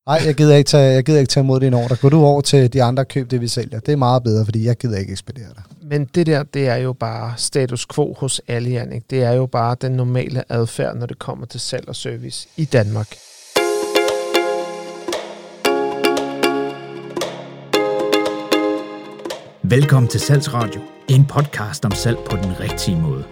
Nej, jeg gider ikke tage imod det en ordre. Gå du over til de andre køb, det vi sælger. Det er meget bedre, fordi jeg gider ikke ekspedere dig. Men det der, det er jo bare status quo hos alle, Jannik. Det er jo bare den normale adfærd, når det kommer til salg og service i Danmark. Velkommen til Salgsradio, en podcast om salg på den rigtige måde.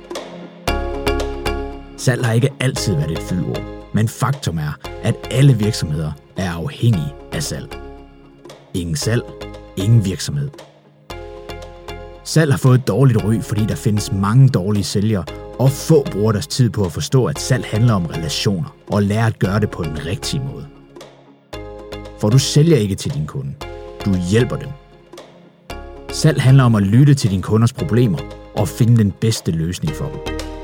Salg har ikke altid været et fyldord, men faktum er, at alle virksomheder er afhængige af salg. Ingen salg, ingen virksomhed. Salg har fået et dårligt ry, fordi der findes mange dårlige sælgere, og få bruger deres tid på at forstå, at salg handler om relationer, og lære at gøre det på den rigtige måde. For du sælger ikke til din kunde, du hjælper dem. Salg handler om at lytte til dine kunders problemer og finde den bedste løsning for dem.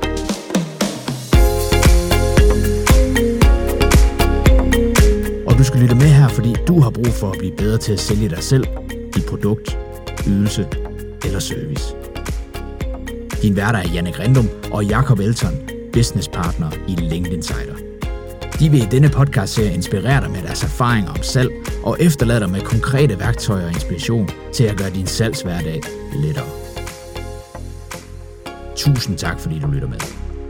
Og du skal lytte med her, fordi du har brug for at blive bedre til at sælge dig selv, dit produkt, ydelse eller service. Din værter er Jannik Rindum og Jakob Elton, businesspartner i LinkedIn Insider. De vil i denne podcast-serie inspirere dig med deres erfaringer om salg og efterlade dig med konkrete værktøjer og inspiration til at gøre din salgshverdag lettere. Tusind tak, fordi du lytter med.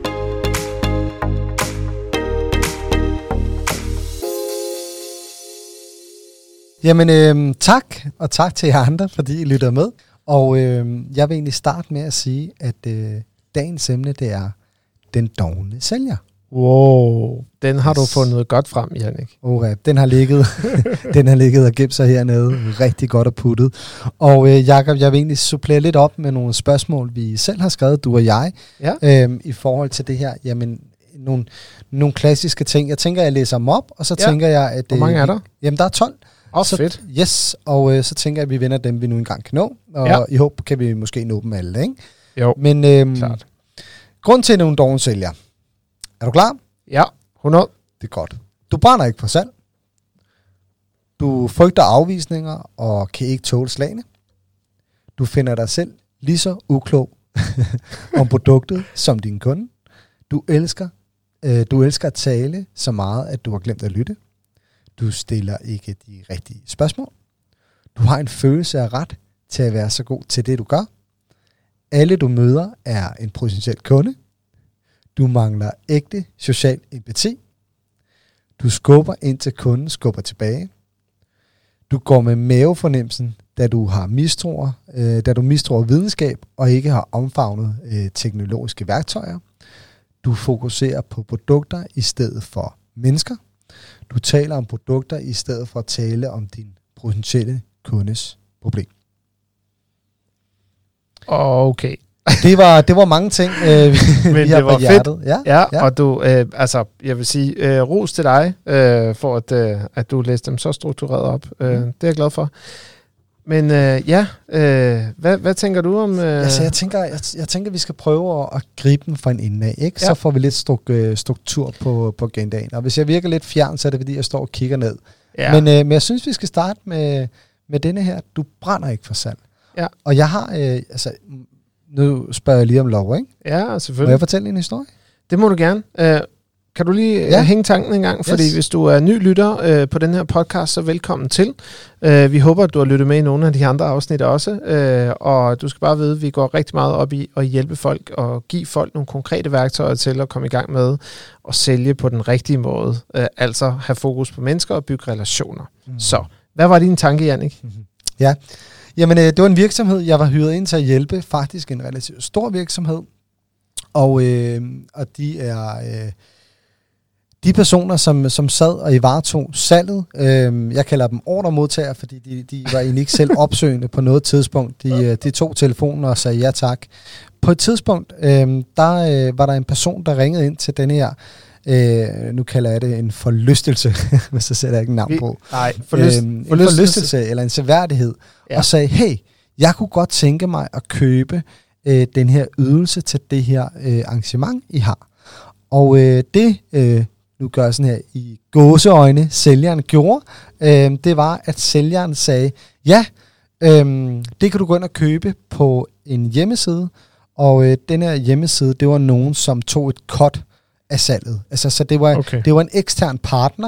Jamen tak, og tak til jer andre, fordi I lytter med. Og jeg vil egentlig starte med at sige, at dagens emne, det er den dovne sælger. Wow, den har du fundet godt frem, Jannik. Den har ligget og gemt sig hernede rigtig godt og puttet. Og Jakob, jeg vil egentlig supplere lidt op med nogle spørgsmål, vi selv har skrevet, du og jeg, i forhold til det her. Jamen, nogle klassiske ting. Jeg tænker, jeg læser dem op, og så tænker jeg, at... Hvor mange er der? Jamen, der er 12. Fedt. Yes, og så tænker jeg, at vi vender dem, vi nu engang kan nå. Og i håb kan vi måske nå dem alle, ikke? Jo, men klart. Grund til, at nogle dovne sælger. Er du klar? Ja, 100. Det er godt. Du brænder ikke på salg. Du frygter afvisninger og kan ikke tåle slagene. Du finder dig selv lige så uklog om produktet som din kunde. Du elsker at tale så meget, at du har glemt at lytte. Du stiller ikke de rigtige spørgsmål. Du har en følelse af ret til at være så god til det, du gør. Alle du møder er en potentiel kunde. Du mangler ægte social empati. Du skubber indtil kunden skubber tilbage. Du går med mavefornemmelsen, da du mistror videnskab og ikke har omfavnet teknologiske værktøjer. Du fokuserer på produkter i stedet for mennesker. Du taler om produkter i stedet for at tale om din potentielle kundes problem. Okay. Det var mange ting, men det var hjertet. Fedt. Ja, og du, jeg vil sige, ros til dig, for at du læste dem så struktureret op. Det er jeg glad for. Men hvad tænker du om... Altså, jeg tænker, vi skal prøve at gribe den fra en ende af, ikke? Så får vi lidt struktur på agendaen. Og hvis jeg virker lidt fjern, så er det fordi, jeg står og kigger ned. Ja. Men jeg synes, vi skal starte med denne her. Du brænder ikke for salg. Ja. Og jeg har... nu spørger jeg lige om lov, ikke? Ja, selvfølgelig. Må jeg fortælle en historie? Det må du gerne. Kan du lige hænge tanken en gang? Fordi hvis du er ny lytter på den her podcast, så velkommen til. Vi håber, at du har lyttet med i nogle af de andre afsnit også. Og du skal bare vide, at vi går rigtig meget op i at hjælpe folk og give folk nogle konkrete værktøjer til at komme i gang med at sælge på den rigtige måde. Altså have fokus på mennesker og bygge relationer. Så, hvad var din tanke, Jannik? Ja, jamen det var en virksomhed, jeg var hyret ind til at hjælpe. Faktisk en relativt stor virksomhed. Og de er... De personer, som sad og i varetog salget, jeg kalder dem ordremodtagere, fordi de var egentlig ikke selv opsøgende på noget tidspunkt. De tog telefonen og sagde ja tak. På et tidspunkt, var der en person, der ringede ind til den her, nu kalder jeg det en forlystelse, men så sætter jeg ikke en navn på. Nej, en forlystelse eller en seværdighed, og sagde, hey, jeg kunne godt tænke mig at købe den her ydelse til det her arrangement, I har. Og nu gør jeg sådan her i gåseøjne, sælgeren gjorde, det var, at sælgeren sagde, ja, det kan du gå ind og købe på en hjemmeside, og den her hjemmeside, det var nogen, som tog et cut af salget. Altså, så det var en ekstern partner,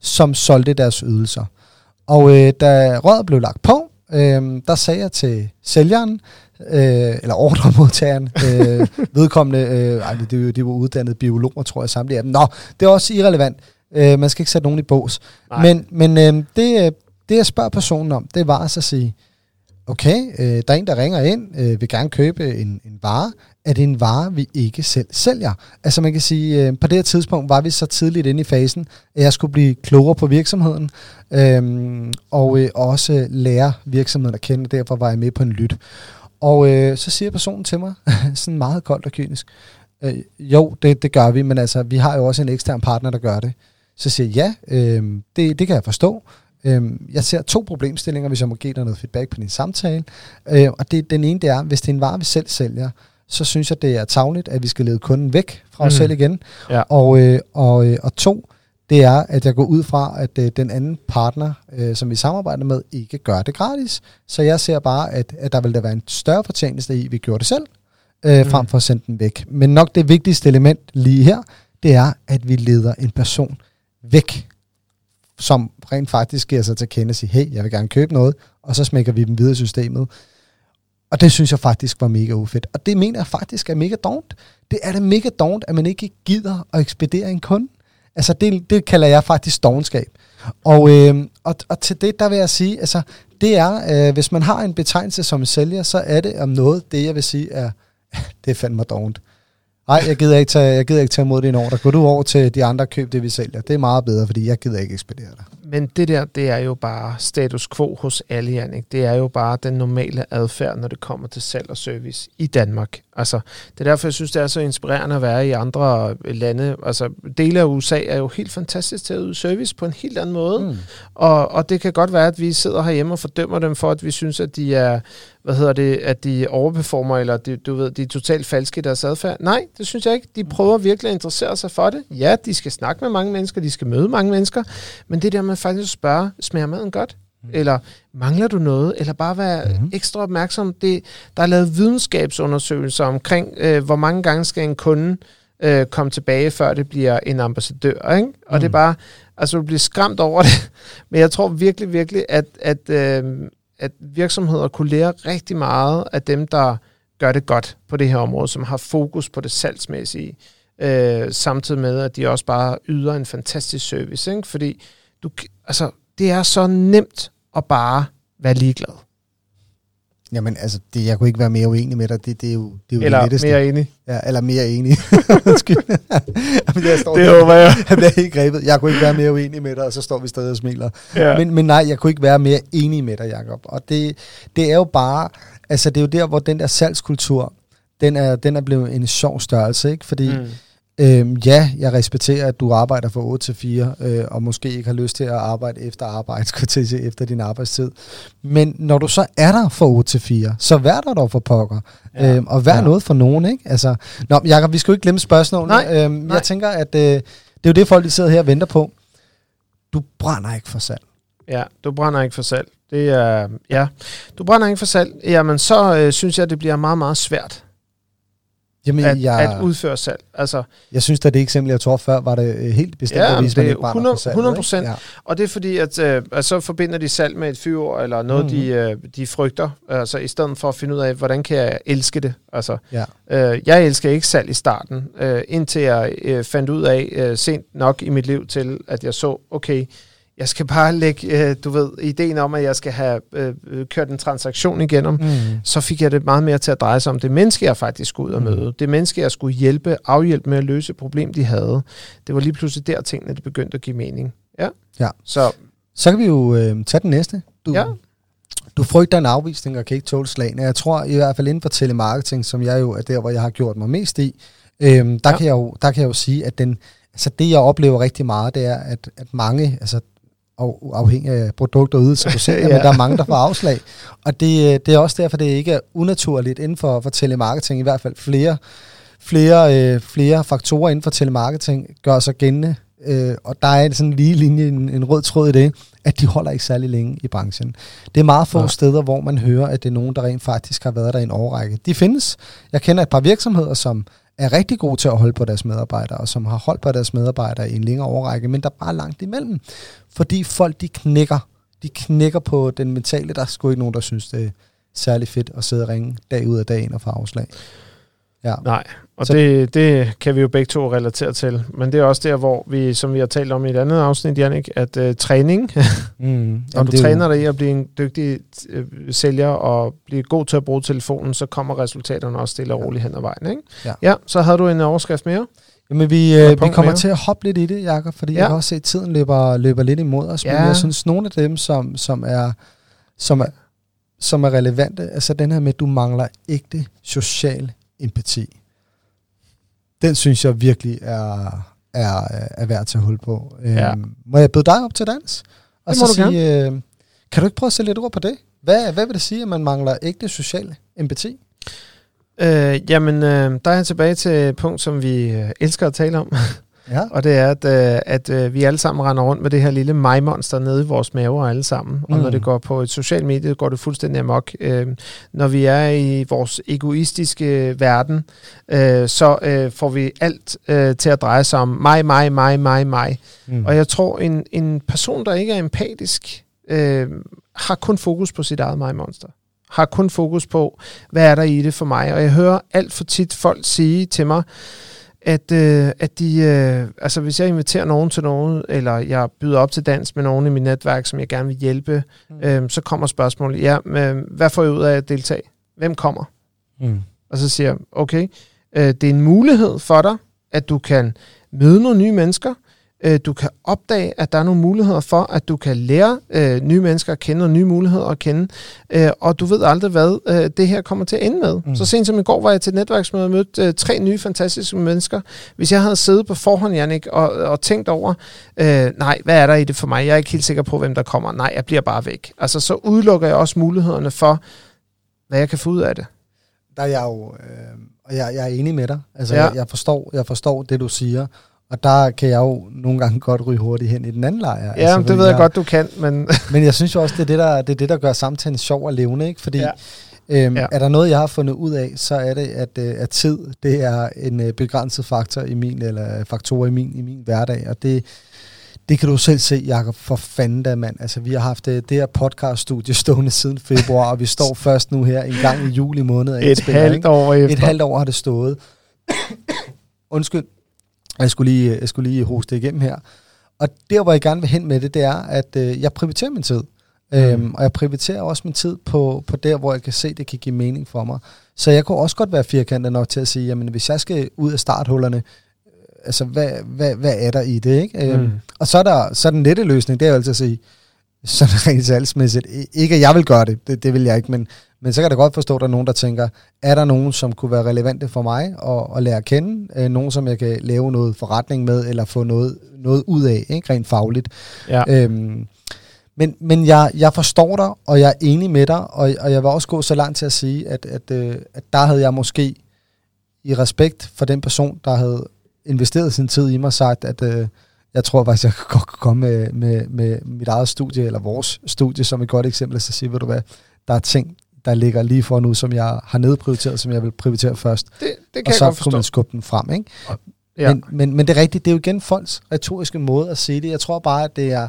som solgte deres ydelser. Og da røret blev lagt på, der sagde jeg til sælgeren, eller ordremodtageren, vedkommende, de var uddannede biologer, tror jeg, samtlige af dem. Nå, det er også irrelevant. Man skal ikke sætte nogen i bås. Men det jeg spørger personen om, det var altså at sige, okay, der er en, der ringer ind, vil gerne købe en vare. Er det en vare, vi ikke selv sælger? Altså man kan sige, på det her tidspunkt var vi så tidligt inde i fasen, at jeg skulle blive klogere på virksomheden, og også lære virksomheden at kende, derfor var jeg med på en lyt. Og så siger personen til mig, sådan meget koldt og kynisk, jo, det gør vi, men altså, vi har jo også en ekstern partner, der gør det. Så siger jeg, ja, det kan jeg forstå. Jeg ser 2 problemstillinger, hvis jeg må give dig noget feedback på din samtale. Og den ene, det er, hvis det er en vare, vi selv sælger, så synes jeg, det er tarveligt, at vi skal lede kunden væk fra os selv igen. Ja. Og 2, det er, at jeg går ud fra, at den anden partner, som vi samarbejder med, ikke gør det gratis. Så jeg ser bare, at der vil der være en større fortjeneste i, at vi gjorde det selv, frem for at sende den væk. Men nok det vigtigste element lige her, det er, at vi leder en person væk, som rent faktisk giver sig til at kende og sige, hey, jeg vil gerne købe noget, og så smækker vi dem videre i systemet. Og det synes jeg faktisk var mega ufedt. Og det mener jeg faktisk er mega dovent. Det er da mega dovent, at man ikke gider at ekspedere en kunde. Altså det kalder jeg faktisk dovenskab. Og til det, der vil jeg sige, altså det er, hvis man har en betegnelse som sælger, så er det om noget, det jeg vil sige er, det er fandme dovent. Nej, jeg gider ikke tage imod din ordre. Gå du over til de andre køb, det vi sælger. Det er meget bedre, fordi jeg gider ikke ekspedere dig. Men det der, det er jo bare status quo hos alle, Jannik. Det er jo bare den normale adfærd, når det kommer til salg og service i Danmark. Altså, det er derfor, jeg synes, det er så inspirerende at være i andre lande. Altså, dele af USA er jo helt fantastisk til at yde service på en helt anden måde. Og det kan godt være, at vi sidder herhjemme og fordømmer dem for, at vi synes, at de er, at de overperformer, eller de er totalt falske i deres adfærd. Nej, det synes jeg ikke. De prøver virkelig at interessere sig for det. Ja, de skal snakke med mange mennesker, de skal møde mange mennesker, men det der med faktisk at spørge, smager maden godt? Eller mangler du noget? Eller bare være ekstra opmærksom. Der er lavet videnskabsundersøgelser omkring, hvor mange gange skal en kunde komme tilbage, før det bliver en ambassadør. Ikke? Og det er bare, altså du bliver skræmt over det. Men jeg tror virkelig, virkelig, at virksomheder kunne lære rigtig meget af dem, der gør det godt på det her område, som har fokus på det salgsmæssige, samtidig med, at de også bare yder en fantastisk service. Ikke? Fordi det er så nemt at bare være ligeglad. Jamen, altså, jeg kunne ikke være mere uenig med dig. Det er jo eller det letteste. Mere enig. Ja, eller mere enig. Det håber jeg. Jeg bliver helt grebet. Jeg kunne ikke være mere uenig med dig, og så står vi stadig og smiler. Ja. Men nej, jeg kunne ikke være mere enig med dig, Jacob. Og det er jo bare, altså det er jo der, hvor den der salgskultur, den er blevet en sjov størrelse, ikke? Fordi ja, jeg respekterer, at du arbejder fra 8 til 4, og måske ikke har lyst til at arbejde efter arbejde, efter din arbejdstid. Men når du så er der fra 8 til 4, så vær der dog for pokker. Og vær noget for nogen, ikke? Altså, Jacob, vi skal jo ikke glemme spørgsmålet. Nej. Jeg tænker, at det er jo det, folk de sidder her og venter på. Du brænder ikke for salg. Ja, du brænder ikke for salg. Det er, du brænder ikke for salg. Jamen, så synes jeg, det bliver meget, meget svært. Jamen, at udføre salg. Altså, jeg synes, at det eksempel, jeg tog før, var det helt bestemt, at vise, man ikke brænder for salg. 100%. Ja. Og det er fordi, at så forbinder de salg med et fyord, eller noget, de frygter. Altså, i stedet for at finde ud af, hvordan kan jeg elske det? Altså, jeg elsker ikke salg i starten, indtil jeg fandt ud af, sent nok i mit liv til, at jeg så, okay, jeg skal bare lægge, ideen om, at jeg skal have kørt en transaktion igennem, så fik jeg det meget mere til at dreje sig om det menneske, jeg faktisk skulle ud og møde. Det menneske, jeg skulle afhjælpe med at løse et problem, de havde. Det var lige pludselig der tingene, det begyndte at give mening. Ja. Så kan vi jo tage den næste. Du frygter en afvisning og kan ikke tåle slagene. Jeg tror i hvert fald inden for telemarketing, som jeg jo er der, hvor jeg har gjort mig mest i, der kan jeg jo sige, at det jeg oplever rigtig meget, det er, at mange, altså afhængig af produkter og ydelser, du ser, men der er mange, der får afslag. Og det er også derfor, det ikke er unaturligt inden for telemarketing, i hvert fald flere faktorer inden for telemarketing gør sig gældende. Og der er sådan en lige linje, en rød tråd i det, at de holder ikke særlig længe i branchen. Det er meget få steder, hvor man hører, at det er nogen, der rent faktisk har været der i en årrække. De findes. Jeg kender et par virksomheder, som er rigtig gode til at holde på deres medarbejdere, og som har holdt på deres medarbejdere i en længere overrække, men der er bare langt imellem. Fordi folk, de knækker på den mentale. Der er sgu ikke nogen, der synes, det er særlig fedt at sidde og ringe dag ud af dag ind og få afslag. Ja. Nej, og det kan vi jo begge to relatere til. Men det er også der, hvor vi, som vi har talt om i et andet afsnit, Jannik, at træning, når du træner dig i at blive en dygtig sælger og blive god til at bruge telefonen, så kommer resultaterne også stille og roligt hen ad vejen. Ikke? Ja, så havde du en overskrift mere? Jamen, vi kommer til at hoppe lidt i det, Jakob, fordi jeg kan også se, at tiden løber lidt imod os. Men jeg synes, nogle af dem, som er relevante, altså den her med, at du mangler ægte social empati. Den synes jeg virkelig er værd til at holde på. Må jeg byde dig op til dans? Og så sige, kan du ikke prøve at sætte lidt ord på det? Hvad vil det sige, at man mangler ægte social empati? Der er jeg tilbage til et punkt, som vi elsker at tale om. Ja. Og det er, at vi alle sammen render rundt med det her lille mig-monster nede i vores maver alle sammen. Og når det går på et socialt medie, går det fuldstændig amok. Når vi er i vores egoistiske verden, så får vi alt til at dreje sig om mig. Og jeg tror, en person, der ikke er empatisk, har kun fokus på sit eget mig-monster. Har kun fokus på, hvad er der i det for mig. Og jeg hører alt for tit folk sige til mig, at de, hvis jeg inviterer nogen til noget, eller jeg byder op til dans med nogen i mit netværk, som jeg gerne vil hjælpe, så kommer spørgsmålet, hvad får jeg ud af at deltage? Hvem kommer? Og så siger jeg, okay, det er en mulighed for dig, at du kan møde nogle nye mennesker, du kan opdage, at der er nogle muligheder for, at du kan lære nye mennesker at kende, og nye muligheder at kende, og du ved aldrig, hvad det her kommer til at ende med. Så sent som i går var jeg til et netværksmøde og mødte 3 nye fantastiske mennesker. Hvis jeg havde siddet på forhånd, Jannik, og tænkt over, nej, hvad er der i det for mig? Jeg er ikke helt sikker på, hvem der kommer. Nej, jeg bliver bare væk. Altså, så udelukker jeg også mulighederne for, hvad jeg kan få ud af det. Der er jeg jo, og jeg er enig med dig. Altså, jeg forstår det, du siger. Og der kan jeg jo nogle gange godt ryge hurtigt hen i den anden lejr. Ja, altså, det ved jeg godt, du kan. Men jeg synes jo også, det er det, der gør samtalen sjov og levende. Ikke? Fordi er der noget, jeg har fundet ud af, så er det, at tid, det er en begrænset faktor i faktorer i min hverdag. Og det kan du selv se, Jakob, for fanden da, mand. Altså, vi har haft det her podcaststudie stående siden februar, og vi står først nu her en gang i juli måned. Et halvt år efter. Et halvt år har det stået. Undskyld. Jeg skulle lige hoste igennem her. Og der, hvor jeg gerne vil hen med det, det er, at jeg prioriterer min tid. Og jeg prioriterer også min tid på der, hvor jeg kan se, det kan give mening for mig. Så jeg kunne også godt være firkantet nok til at sige, jamen hvis jeg skal ud af starthullerne, altså hvad er der i det, ikke? Og så er den lette løsning, det er jo altid at sige, sådan rent salgsmæssigt. Ikke at jeg vil gøre det vil jeg ikke, men så kan jeg godt forstå, at der er nogen, der tænker, er der nogen, som kunne være relevante for mig at lære at kende? Nogen, som jeg kan lave noget forretning med, eller få noget ud af, ikke? Rent fagligt. Ja. Men jeg forstår dig, og jeg er enig med dig, og jeg vil også gå så langt til at sige, at der havde jeg måske i respekt for den person, der havde investeret sin tid i mig, sagt, at jeg tror faktisk, jeg kan godt komme med mit eget studie, eller vores studie, som et godt eksempel, så siger, ved du hvad, der er ting, der ligger lige for nu, som jeg har nedprioriteret, som jeg vil prioritere først. Det kan og så jeg godt kunne man skubbe den frem, ikke? Ja. Men det er rigtigt, det er jo igen folks retoriske måde at sige det. Jeg tror bare, det er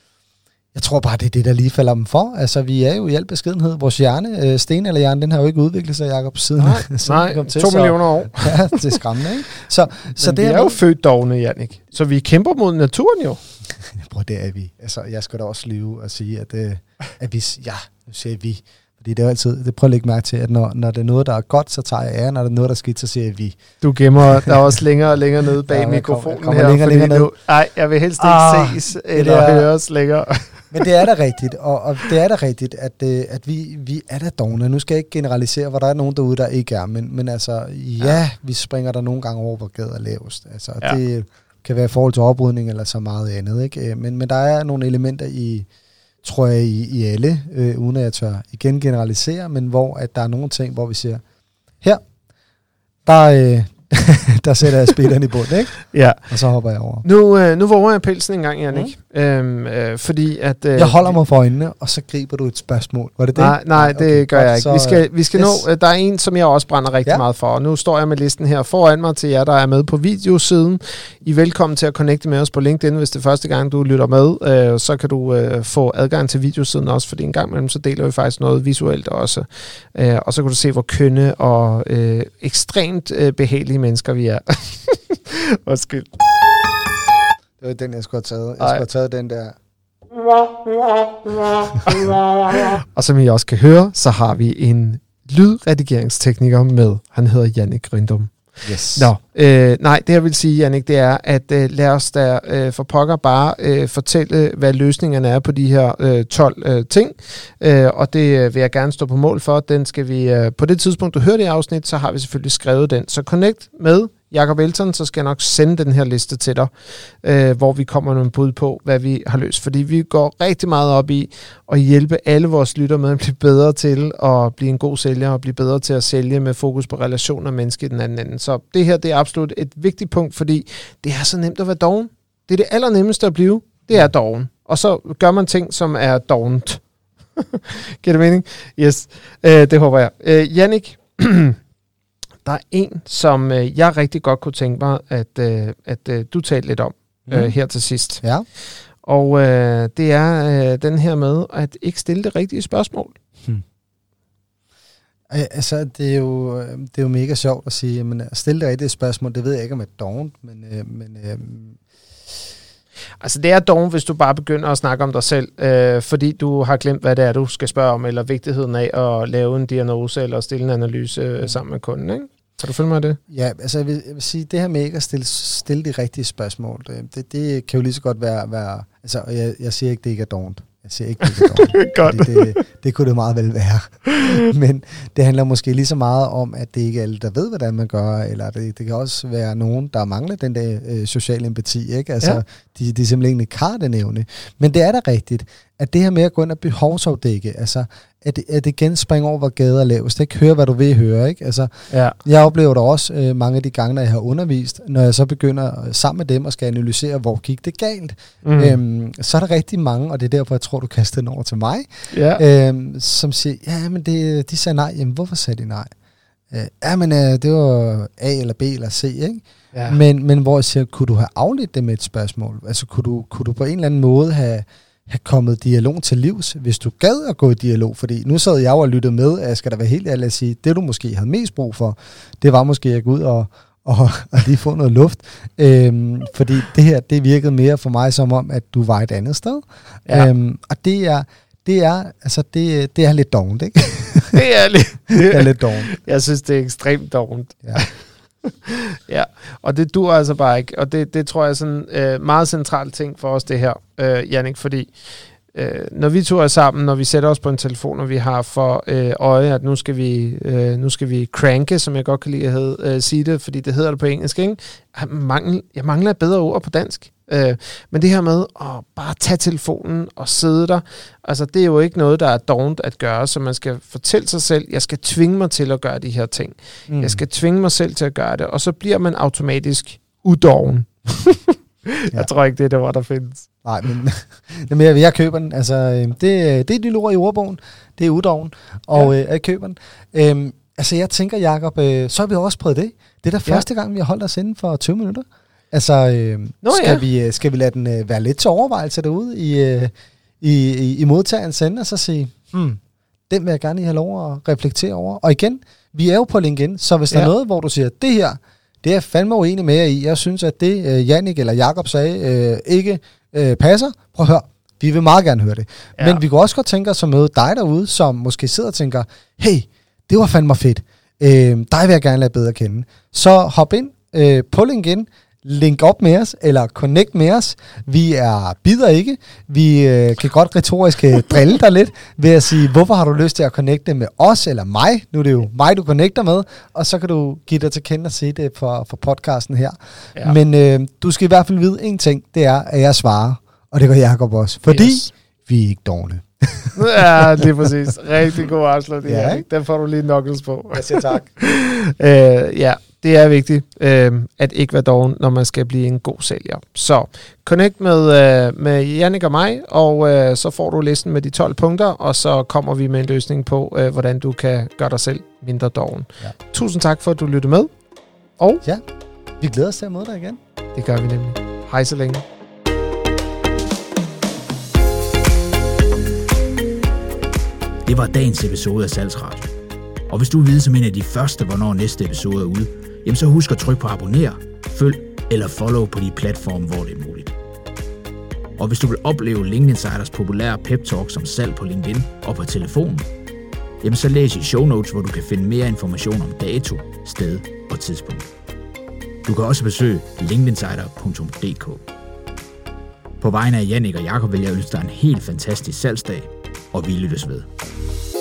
det, der lige falder dem for. Altså, vi er jo i al beskedenhed. Vores hjerne, sten eller hjerne, den har jo ikke udviklet sig, Jakob, siden Nej, kom til. 2 millioner år. Ja, det er skræmmende, ikke? Så det er jo født dogne, Jannik. Så vi kæmper mod naturen jo. Prøv, det er vi. Altså, jeg skal da også lyve og sige, at vi... Ja, nu siger vi. Fordi det er jo altid... Det prøver at lægge mærke til, at når det er noget, der er godt, så tager jeg ære. Når det er noget, der er skidt, så siger jeg vi. Du gemmer der også længere og længere nede bag mikrofonen her. Længere ned. Nej, jeg vil helst ikke ses eller høres længere. Men det er da rigtigt, og det er da rigtigt, at vi er da dogne. Nu skal jeg ikke generalisere, hvor der er nogen derude, der ikke er, men altså, vi springer der nogle gange over, hvor gaden er lavest. Altså, det kan være i forhold til oprydning eller så meget andet, ikke? Men der er nogle elementer tror jeg, i alle, uden at jeg tør igen generalisere, men hvor at der er nogle ting, hvor vi siger, her, der sætter jeg spilleren i bund, ikke? Ja. Og så hopper jeg over. Nu våger jeg pelsen en gang, Jannik. Fordi at... jeg holder mig for øjnene, og så griber du et spørgsmål. Var det det? Nej, det gør jeg ikke. Vi skal nå... Der er en, som jeg også brænder rigtig meget for, og nu står jeg med listen her foran mig til jer, der er med på videosiden. I er velkommen til at connecte med os på LinkedIn, hvis det er første gang, du lytter med. Så kan du få adgang til videosiden også, fordi en gang imellem, så deler vi faktisk noget visuelt også. Og så kan du se, hvor kønne og ekstremt behagelige mennesker vi er. Undskyld. Det var den, jeg skulle have taget. Jeg skulle have taget den der. Og som I også kan høre, så har vi en lydredigeringstekniker med. Han hedder Jannik Grøndum. Yes. Nå, nej, det jeg vil sige, Jannik, det er, at lad os da for pokker bare fortælle, hvad løsningerne er på de her 12 ting. Og det vil jeg gerne stå på mål for. Den skal vi, på det tidspunkt, du hører det afsnit, så har vi selvfølgelig skrevet den. Så connect med Jakob Elton, så skal jeg nok sende den her liste til dig, hvor vi kommer med en bud på, hvad vi har løst. Fordi vi går rigtig meget op i at hjælpe alle vores lyttere med at blive bedre til at blive en god sælger, og blive bedre til at sælge med fokus på relationer og mennesker i den anden ende. Så det her, det er absolut et vigtigt punkt, fordi det er så nemt at være doven. Det er det allernemmeste at blive, det er doven. Og så gør man ting, som er dovent. Giver det mening? Yes, det håber jeg. Jannik, der er en, som jeg rigtig godt kunne tænke mig, at du talte lidt om her til sidst. Ja. Og det er den her med at ikke stille det rigtige spørgsmål. Altså, det er jo mega sjovt at sige, men at stille det rigtige spørgsmål, det ved jeg ikke om et dovent, men altså det er dog, hvis du bare begynder at snakke om dig selv, fordi du har glemt, hvad det er, du skal spørge om, eller vigtigheden af at lave en diagnose, eller stille en analyse sammen med kunden, ikke? Kan du følge mig af det? Ja, altså jeg vil sige, det her med ikke at stille de rigtige spørgsmål, det kan jo lige så godt være altså jeg siger ikke, det ikke er dovent. Jeg siger ikke, det er dårligt. Det kunne det meget vel være. Men det handler måske lige så meget om, at det ikke er alle, der ved, hvordan man gør, eller det kan også være nogen, der mangler den der sociale empati, ikke? Altså, de simpelthen ikke har den evne. Men det er da rigtigt, at det her med at gå ind og behovsafdække, altså, at igen springe over, hvor gader er lavest, ikke? Høre, hvad du vil høre, ikke? Altså, jeg oplever da også mange af de gange, når jeg har undervist, når jeg så begynder sammen med dem og skal analysere, hvor gik det galt, så er der rigtig mange, og det er derfor, jeg tror, du kaster den over til mig, som siger, ja, men de sagde nej, jamen hvorfor sagde de nej? Ja, men det var A eller B eller C, ikke? Ja. Men hvor jeg siger, kunne du have afledt det med et spørgsmål? Altså, kunne du på en eller anden måde have kommet dialog til livs, hvis du gad at gå i dialog? Fordi nu sad jeg og lyttede med, at jeg skal da være helt ærlig at sige, det du måske havde mest brug for, det var måske at gå ud og lige få noget luft. Fordi det her, det virkede mere for mig som om, at du var et andet sted. Ja. Og det er lidt dovent, ikke? Det er lidt dovent. Jeg synes, det er ekstremt dovent. Ja. Ja, og det dur altså bare ikke, og det tror jeg er sådan meget centralt ting for os det her, Jannik, fordi når vi to er sammen, når vi sætter os på en telefon, og vi har for øje, at nu skal vi cranke, som jeg godt kan lide at sige det, fordi det hedder det på engelsk, ikke? Jeg mangler et bedre ord på dansk. Men det her med at bare tage telefonen og sidde der, altså det er jo ikke noget, der er dovent at gøre, så man skal fortælle sig selv, jeg skal tvinge mig til at gøre de her ting. Jeg skal tvinge mig selv til at gøre det, og så bliver man automatisk udoven. Jeg tror ikke, det er det ord, der findes. Nej, men jeg køber den. Altså, det er et lille ord i ordbogen. Det er udoven, og jeg køber den. Altså, jeg tænker, Jakob, så har vi også prøvet det. Det er da første gang, vi har holdt os inden for 20 minutter. Altså, skal vi lade den være lidt til overvejelse derude i modtagerens ende, og så sige, den vil jeg gerne have lov at reflektere over. Og igen, vi er jo på LinkedIn, så hvis der er noget, hvor du siger, det her, det er jeg fandme uenig med jer i. Jeg synes, at det Jannik eller Jakob sagde ikke passer. Prøv at høre, vi vil meget gerne høre det. Ja. Men vi kunne også godt tænke os at møde dig derude, som måske sidder og tænker, hey, det var fandme fedt. Dig vil jeg gerne lade bedre kende. Så hop ind på LinkedIn, link op med os, eller connect med os. Vi bider ikke. Vi kan godt retorisk drille dig lidt ved at sige, hvorfor har du lyst til at connecte med os eller mig? Nu er det jo mig, du connecter med, og så kan du give dig til kende og se det for podcasten her. Ja. Men du skal i hvert fald vide en ting, det er, at jeg svarer, og det gør Jakob også, fordi vi er ikke dårlige. Ja, lige præcis. Rigtig god afslutning. Ja, den får du lige knuckles på. Jeg siger tak. Det er vigtigt at ikke være doven, når man skal blive en god sælger. Så connect med Jannik og mig, og så får du listen med de 12 punkter, og så kommer vi med en løsning på, hvordan du kan gøre dig selv mindre doven. Ja. Tusind tak for, at du lyttede med. Og ja, vi glæder os til at møde dig igen. Det gør vi nemlig. Hej så længe. Det var dagens episode af Salgsradio. Og hvis du vil vide som en af de første, hvornår næste episode er ude, jamen så husk at trykke på abonner, følg eller follow på de platforme, hvor det er muligt. Og hvis du vil opleve LinkedIn Insiders populære pep talk som salg på LinkedIn og på telefonen, jamen så læs i show notes, hvor du kan finde mere information om dato, sted og tidspunkt. Du kan også besøge linkedinsider.dk. På vegne af Jannik og Jakob vil jeg ønske dig en helt fantastisk salgsdag, og vi lyttes ved.